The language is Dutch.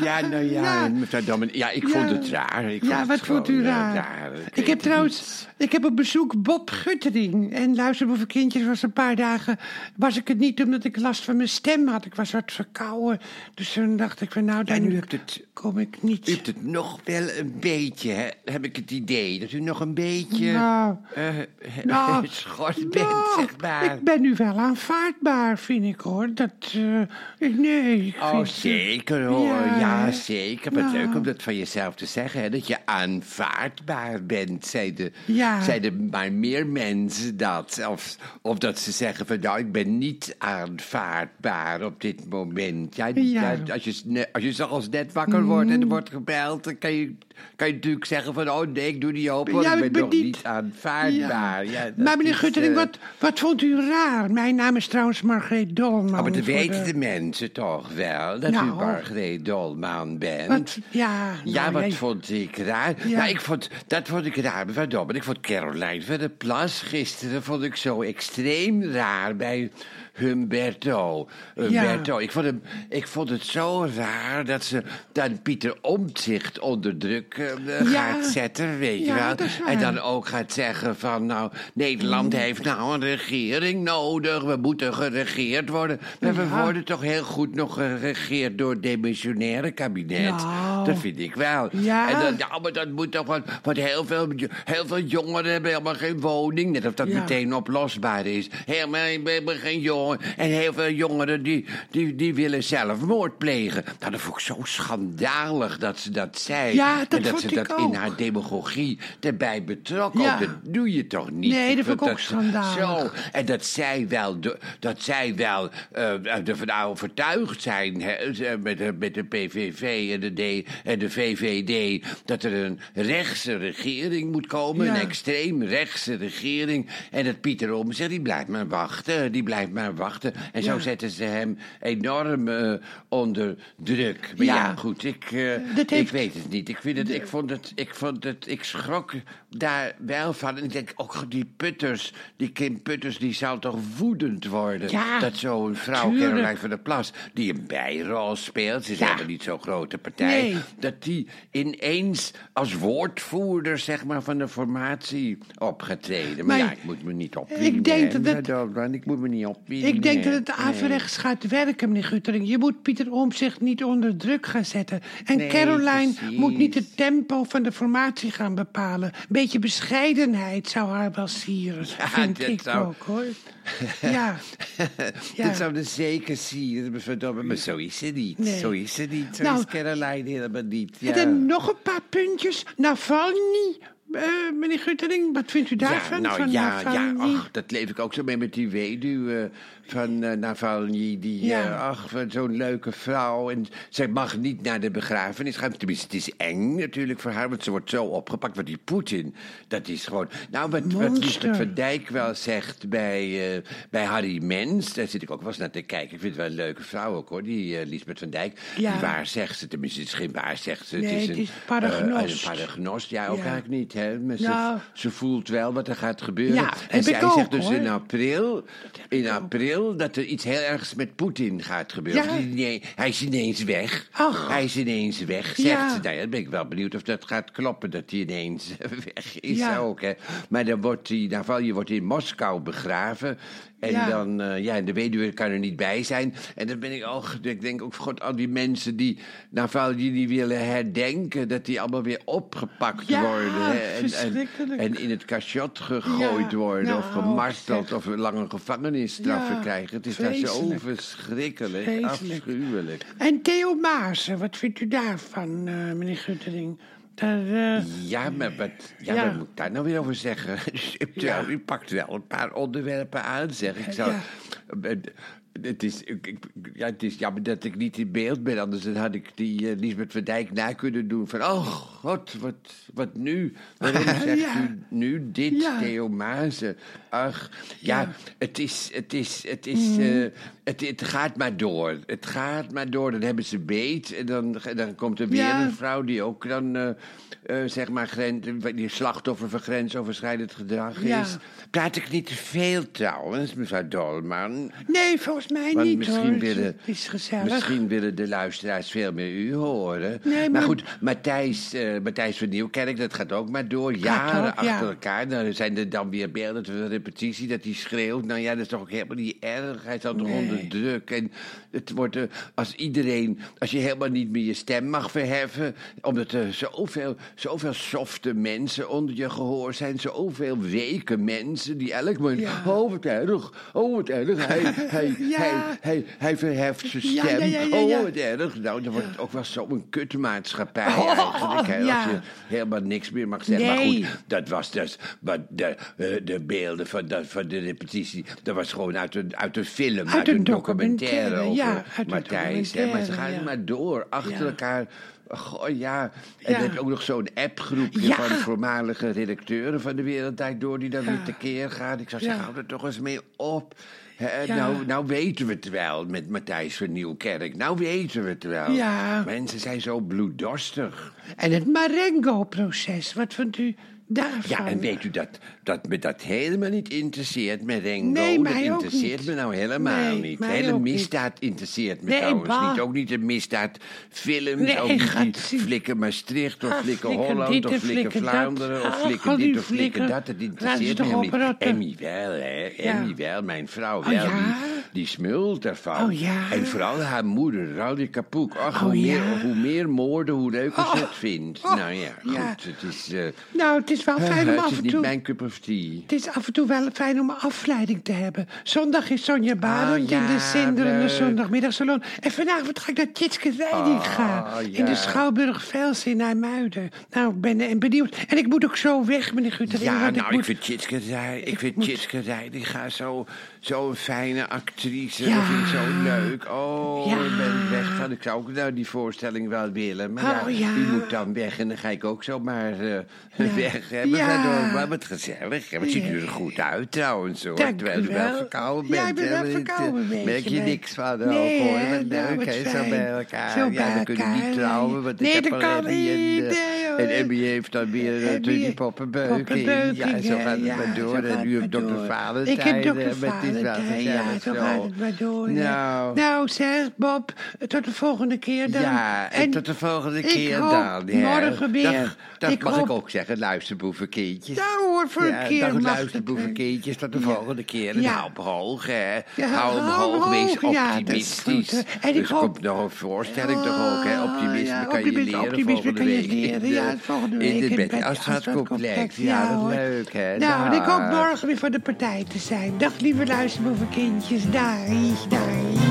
Ja, nou ja, mevrouw Domen. Ja, ik vond het raar. Wat vond u raar? Ik heb op bezoek Bob Guttering. En luister, voor kindjes was een paar dagen... was ik het niet omdat ik last van mijn stem had. Ik was wat verkouden. Dus toen dacht ik van nou, dan kom ik niet. U hebt het nog wel een beetje, hè? Heb ik het idee. Dat u nog een beetje schort bent, zeg maar. Ik ben nu wel aanvaardbaar, vind ik, hoor. Zeker, hoor. Ja, zeker. Wat leuk om dat van jezelf te zeggen, hè? Dat je aanvaardbaar bent. Zeiden maar meer mensen dat. Of dat ze zeggen van, nou, ik ben niet aanvaardbaar op dit moment. Als je zelfs net wakker wordt en er wordt gebeld, dan kan je natuurlijk zeggen van, oh nee, ik doe niet open, want ik ben nog niet aanvaardbaar. Ja, maar meneer Guttering, wat vond u raar? Mijn naam is trouwens Margreet Dolman. Maar dat weten de mensen toch wel, dat u Margreet Dolman bent. Wat vond ik raar? Ja. Nou, dat vond ik raar, mevrouw Dolman. Ik vond Caroline van der Plas gisteren zo extreem raar bij Humberto. Ik vond het zo raar dat ze dan Pieter Omtzigt onder druk gaat zetten, weet je wel. En dan ook gaat zeggen van, nou, Nederland heeft nou een regering nodig. We moeten geregeerd worden. Maar we worden toch heel goed nog geregeerd door het demissionaire kabinet. Dat vind ik wel. Ja. En maar dat moet toch wel, want heel veel jongeren hebben helemaal geen woning. Net of dat meteen oplosbaar is. Helemaal geen jongeren. En heel veel jongeren die willen zelfmoord plegen. Nou, dat vond ik zo schandalig dat ze dat zei. Ja, dat en dat ze dat in haar demagogie erbij betrok. Ja. Dat doe je toch niet? Nee, dat vond ik ook schandalig. Zo. En dat zij wel ervan overtuigd zijn met de PVV en de VVD... dat er een rechtse regering moet komen, een extreem rechtse regering. En dat Pieter Omtzigt, die blijft maar wachten. En zo zetten ze hem enorm onder druk. Maar goed, ik weet het niet. Ik schrok daar wel van. En ik denk, ook die Kim Putters, die zou toch woedend worden. Ja, dat zo'n vrouw, Caroline van der Plas, die een bijrol speelt, ze is helemaal niet zo'n grote partij, dat die ineens als woordvoerder, zeg maar, van de formatie op gaat treden. Maar ik moet me niet opwinden. Ik denk dat het averechts gaat werken, meneer Guttering. Je moet Pieter Omtzigt niet onder druk gaan zetten. En Caroline moet niet het tempo van de formatie gaan bepalen. Een beetje bescheidenheid zou haar wel sieren. Vind ik ook, hoor. Dat zou er zeker sieren, verdomme. Maar zo is ze niet. Nee. Zo is Caroline helemaal niet. Ja. En dan nog een paar puntjes. Navalny... meneer Guttering, wat vindt u daarvan? Dat leef ik ook zo mee met die weduwe van Navalny. Zo'n leuke vrouw. En zij mag niet naar de begrafenis gaan. Tenminste, het is eng natuurlijk voor haar, want ze wordt zo opgepakt. Want die Poetin, dat is gewoon... Nou, wat Lisbeth van Dijk wel zegt bij Harry Mens, daar zit ik ook wel eens naar te kijken. Ik vind het wel een leuke vrouw ook, hoor, die Lisbeth van Dijk. Ja. Die waar zegt ze, tenminste, het is geen waar zegt ze. Nee, het is paragnost. Een paragnost, ook eigenlijk niet. Hè? Maar ze voelt wel wat er gaat gebeuren. Ja, en zij zegt dus in april dat er iets heel ergs met Poetin gaat gebeuren. Ja. Hij is ineens weg. Hij is ineens weg, zegt ze. Nou, dan ben ik wel benieuwd of dat gaat kloppen, dat hij ineens weg is ook. Hè. Maar dan wordt Navalny wordt in Moskou begraven. En dan, de weduwe kan er niet bij zijn. En dan ben ik denk ook, god, al die mensen die Navalny die willen herdenken, dat die allemaal weer opgepakt worden. En in het cachot gegooid worden, of gemarteld, of een lange gevangenisstraffen krijgen. Het is daar zo verschrikkelijk, afschuwelijk. En Theo Maassen, wat vindt u daarvan, meneer Guttering? Maar wat moet ik daar nou weer over zeggen? U pakt wel een paar onderwerpen aan, zeg ik. Het is jammer dat ik niet in beeld ben. Anders had ik die Lisbeth van Dijk na kunnen doen. Van, oh god, wat nu? Waarom zegt u nu dit, Theo Maassen? Ach, het gaat maar door. Het gaat maar door. Dan hebben ze beet. En dan komt er weer een vrouw die ook dan... zeg maar, die slachtoffer van grensoverschrijdend gedrag is. Praat ik niet te veel trouwens, mevrouw Dolman? Nee, volgens volgens mij niet, misschien hoor. Het is gezellig. Misschien willen de luisteraars veel meer u horen. Nee, maar goed, Matthijs van Nieuwkerk, dat gaat ook maar door. Jaren achter elkaar. Dan zijn er dan weer beelden van de repetitie dat hij schreeuwt. Nou ja, dat is toch ook helemaal niet erg. Hij staat toch onder druk. En het wordt als je helemaal niet meer je stem mag verheffen, omdat er zoveel softe mensen onder je gehoor zijn, zoveel weke mensen die elk moment, wat erg, hij verheft zijn stem, wat erg. Nou, dan wordt het ook wel zo'n kutmaatschappij eigenlijk, hè, als je helemaal niks meer mag zeggen. Maar goed, dat was dus, de beelden van de repetitie, dat was gewoon uit een film, uit een documentaire over Matthijs. Maar ze gaan maar door, achter elkaar. Goh, ja. En dan heb je ook nog zo'n appgroepje van voormalige redacteuren van De Wereld Draait Door, die dan weer tekeer gaan. Ik zou zeggen, hou er toch eens mee op. Nou weten we het wel met Matthijs van Nieuwkerk. Nou weten we het wel. Ja. Mensen zijn zo bloeddorstig. En het Marengo-proces, wat vindt u daarvan? Ja, en weet u dat me dat helemaal niet interesseert, Marengo? Nee, dat interesseert me nou helemaal niet. De hele misdaad interesseert me trouwens niet. Ook niet de misdaadfilms. Ook niet die Flikken Maastricht of Flikken Holland of Flikken Vlaanderen of Flikken dit of Flikken dat. Dat interesseert me helemaal niet. Emmy wel, hè. Emmy wel, mijn vrouw wel. Die smult ervan. En vooral haar moeder, Rauwje Kapoek. Ach, hoe meer moorden, hoe leuker ze het vindt. Nou ja, goed. Het is... het is wel fijn om af en toe... Het is niet mijn cup of tea. Het is af en toe wel fijn om een afleiding te hebben. Zondag is Sonja Barend in de zinderende zondagmiddagsalon. En vanavond ga ik naar Tjitske Reidinga in de Schouwburg Vels in IJmuiden. Nou, ik ben benieuwd. En ik moet ook zo weg, meneer Guttering. Ja, ik vind Tjitske Reidinga zo'n fijne actrice. Dat vind ik zo leuk. Ik ben weg van... Ik zou ook nou die voorstelling wel willen. Maar u moet dan weg en dan ga ik ook zomaar weg. Maar wat gezellig. Wat ziet u er goed uit trouwens, hoor. Terwijl u wel verkouden bent. Ja, ik ben wel verkouden. Merk je niks van ook, hoor. Wat leuk, hè, zo bij elkaar. We kunnen niet trouwen, want ik heb al en Emmy heeft dan weer die poppenbeuking. Ja, zo gaat het maar door. En u hebt dokter Valentijn. Ik heb dokter Valentijn, zo gaat het maar door. Nou, zeg, Bob, tot de volgende keer dan. Ja, en tot de volgende keer dan. Morgen weer. Dat mag ik ook zeggen, luisterboevenkindjes. Ja hoor, voor een keer dag, mag luisterboevenkindjes, tot de volgende keer. En hou hem hoog, hè. Hou hem hoog, wees optimistisch. En dus er komt nog een voorstelling toch ook, hè. Optimisme kan je leren volgende week. Volgende week in het Astradcomplex. Ja, dat is leuk, hè. Nou, en ik hoop morgen weer voor de partij te zijn. Dag, lieve luisterboevenkindjes. Dag.